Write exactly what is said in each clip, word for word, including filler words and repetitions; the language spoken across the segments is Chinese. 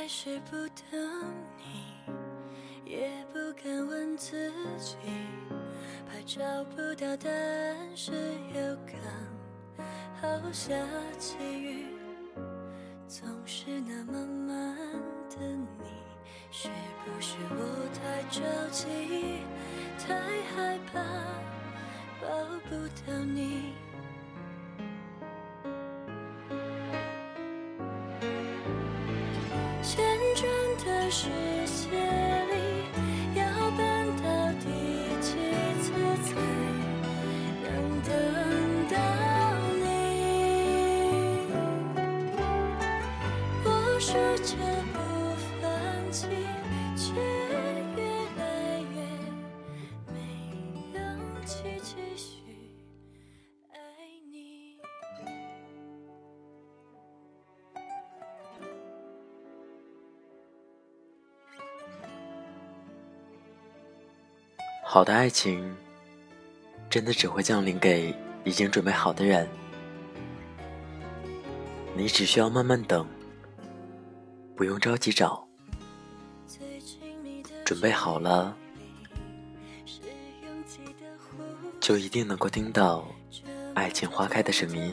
还是不等你，也不敢问自己，怕找不到答案是有刚好下起雨，总是那么慢的你，是不是我太着急，太害怕抱不到你？旋转的世界里，要奔到第几次才能等到你？我试着不放弃，却越来越没勇气继续爱你。 好的爱情真的只会降临给已经准备好的人，你只需要慢慢等，不用着急找，准备好了就一定能够听到爱情花开的声音。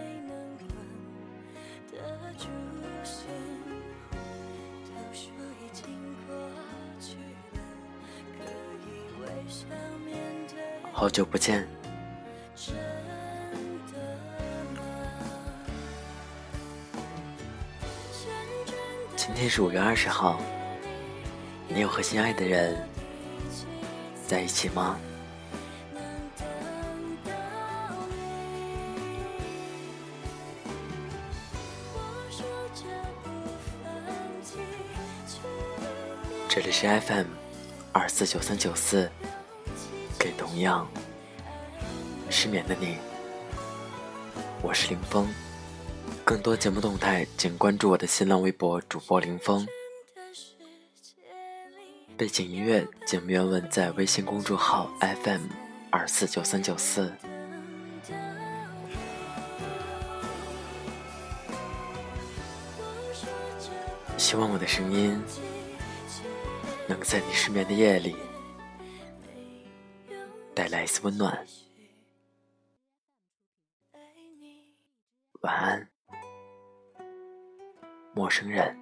好久不见，今天是五月二十号，你有和心爱的人在一起吗？这里是 F M 二四九三九四，给同样失眠的你，我是林峰。更多节目动态请关注我的新浪微博主播林峰。背景音乐节目原文在微信公众号 F M 二四九三九四。希望我的声音能在你失眠的夜里带来一丝温暖。晚安，陌生人。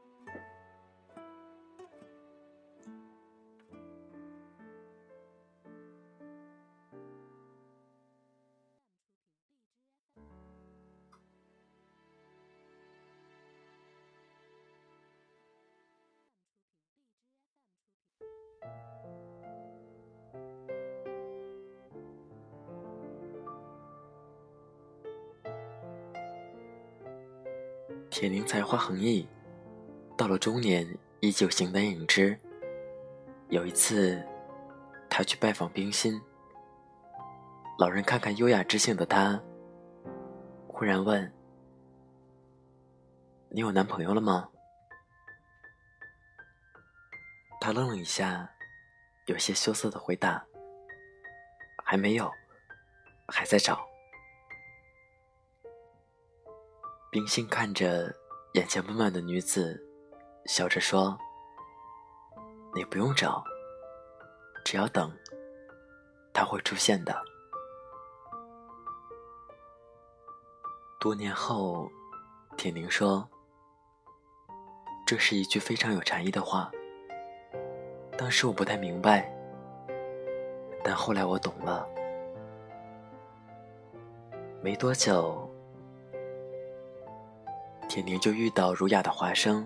铁凝才华横溢，到了中年依旧形单影只。有一次他去拜访冰心，老人看看优雅知性的他，忽然问：你有男朋友了吗？他愣了一下，有些羞涩地回答：还没有，还在找。冰心看着眼前温暖的女子，笑着说：你不用找，只要等，他会出现的。多年后，铁凝说，这是一句非常有禅意的话。当时我不太明白，但后来我懂了。没多久，铁凝就遇到儒雅的华生。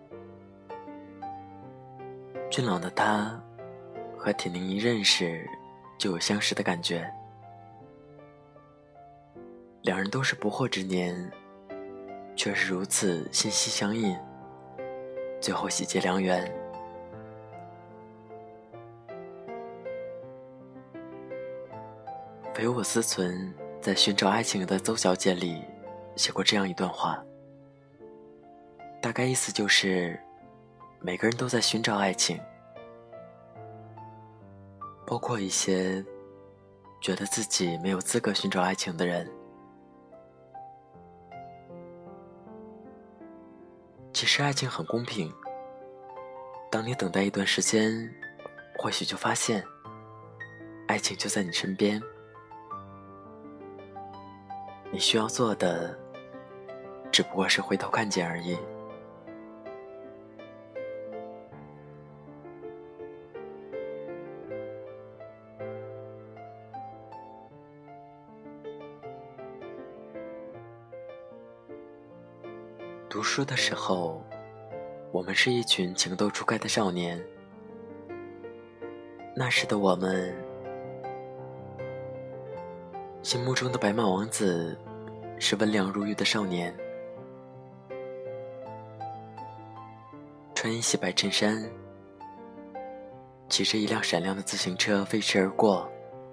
俊朗的他和铁凝一认识就有相识的感觉，两人都是不惑之年，却是如此心息相印，最后喜结良缘。唯我思存在《寻找爱情的邹小姐》里写过这样一段话，大概意思就是每个人都在寻找爱情，包括一些觉得自己没有资格寻找爱情的人。 其实爱情很公平，当你等待一段时间，或许就发现爱情就在你身边。你需要做的只不过是回头看见而已。读书的时候，我们是一群情窦初开的少年。那时的我们，心目中的白马王子是温良如玉的少年，穿一袭白衬衫，骑着一辆闪亮的自行车飞驰而过。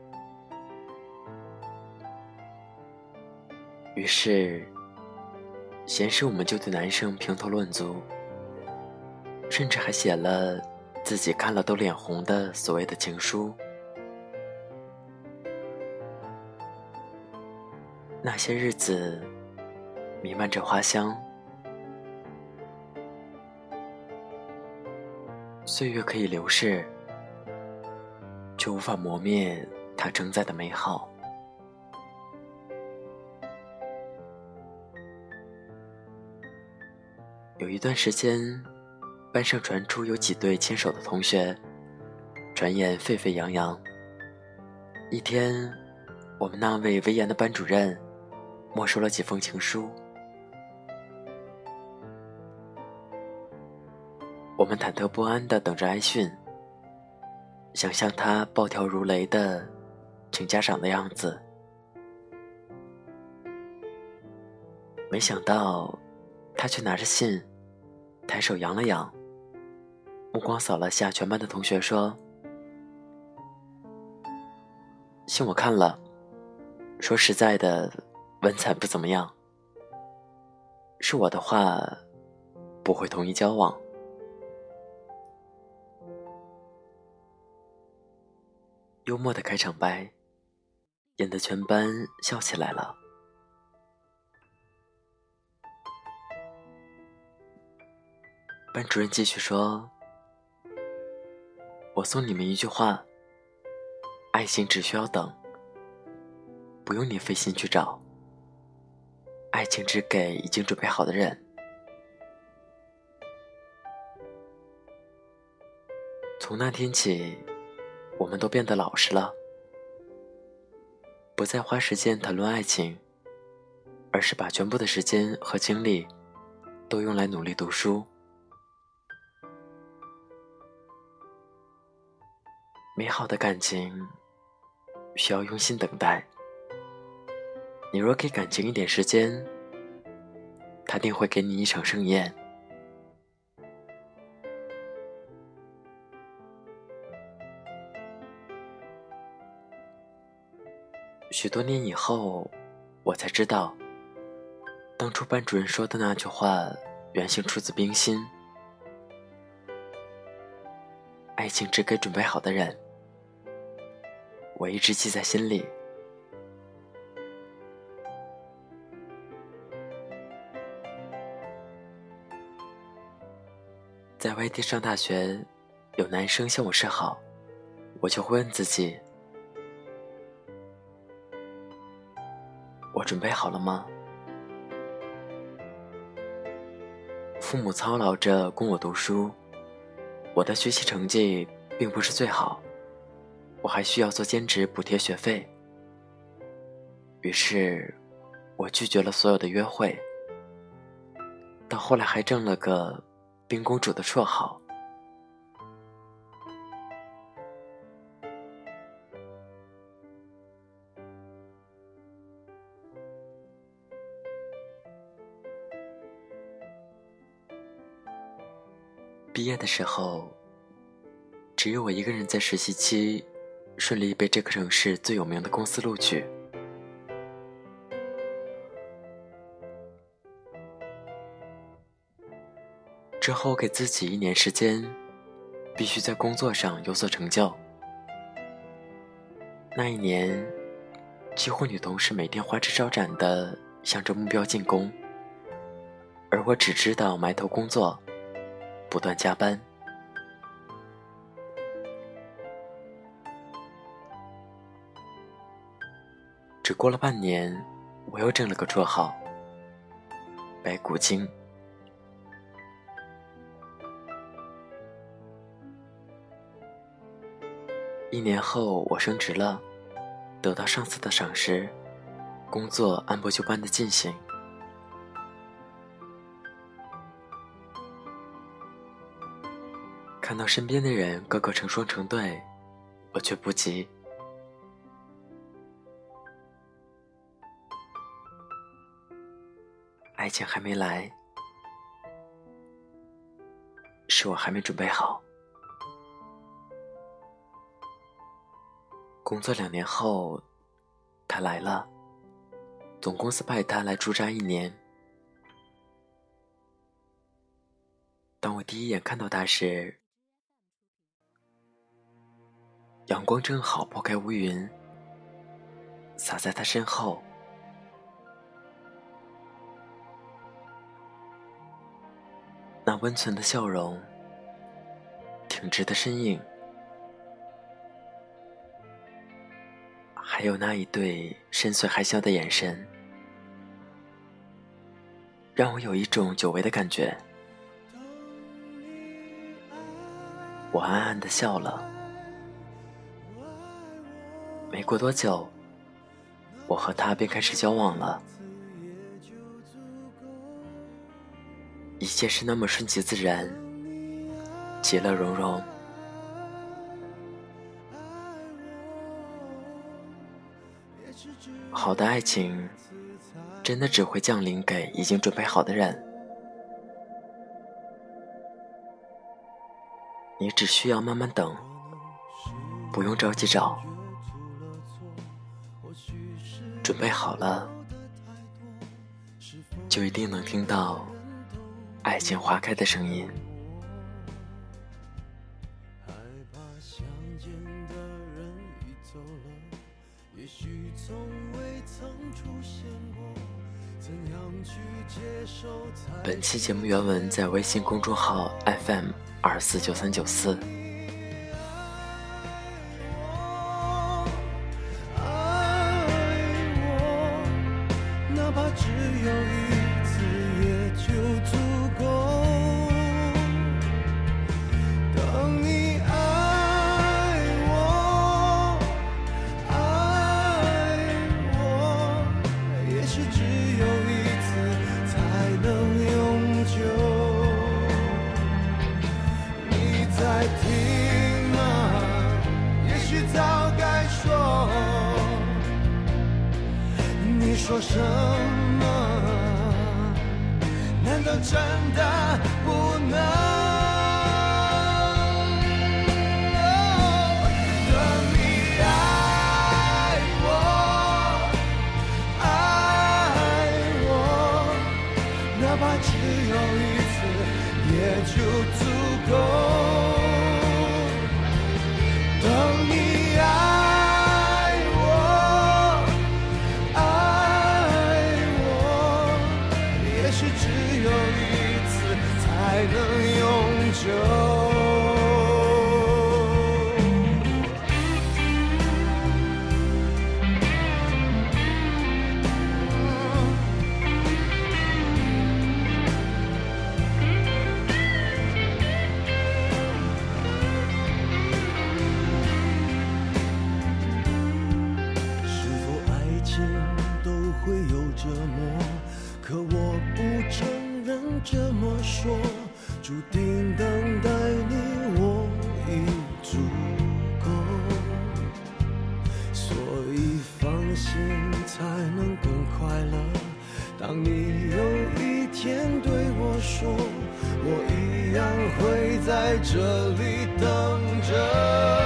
于是闲时我们就对男生评头论足，甚至还写了自己看了都脸红的所谓的情书。那些日子弥漫着花香，岁月可以流逝，却无法磨灭它承载的美好。有一段时间，班上传出有几对牵手的同学，传言沸沸扬扬。一天，我们那位威严的班主任没收了几封情书，我们忐忑不安地等着挨训，想象他暴跳如雷的请家长的样子。没想到他却拿着信抬手扬了扬，目光扫了下全班的同学，说：信我看了，说实在的，文采不怎么样，是我的话不会同意交往。幽默的开场白引得全班笑起来了。班主任继续说：我送你们一句话，爱情只需要等，不用你费心去找，爱情只给已经准备好的人。从那天起，我们都变得老实了，不再花时间谈论爱情，而是把全部的时间和精力都用来努力读书。美好的感情需要用心等待，你若给感情一点时间，它定会给你一场盛宴。许多年以后，我才知道，当初班主任说的那句话原型出自冰心。爱情只给准备好的人，我一直记在心里。在外地上大学，有男生向我示好，我就会问自己，我准备好了吗？父母操劳着供我读书，我的学习成绩并不是最好，我还需要做兼职补贴学费。于是我拒绝了所有的约会，到后来还挣了个冰公主的绰号。毕业的时候，只有我一个人在实习期顺利被这个城市最有名的公司录取。之后给自己一年时间，必须在工作上有所成就。那一年，几乎女同事每天花枝招展地向着目标进攻， 而我只知道埋头工作，不断加班。只过了半年，我又挣了个绰号白骨精。一年后我升职了，得到上司的赏识，工作按部就班的进行。看到身边的人个个成双成对，我却不急。爱情还没来，是我还没准备好。工作两年后，他来了，总公司派他来驻扎一年。当我第一眼看到他时，阳光正好拨开乌云，洒在他身后。那温存的笑容，挺直的身影，还有那一对深邃害羞的眼神，让我有一种久违的感觉。我暗暗地笑了。没过多久，我和他便开始交往了。一切是那么顺其自然，其乐融融。好的爱情，真的只会降临给已经准备好的人。你只需要慢慢等，不用着急找。准备好了，就一定能听到爱情花开的声音。害怕相见的人已走了，也许从未曾出现过，怎样去接受。本期节目原文在微信公众号 F M 二四九三九四。说什么？难道真的不能？等你爱我，爱我，哪怕只有一次，也就足够。等你爱我，爱我，也许只有一次才能永久。会有折磨，可我不承认这么说，注定等待你我已足够，所以放心才能更快乐。当你有一天对我说，我一样会在这里等着。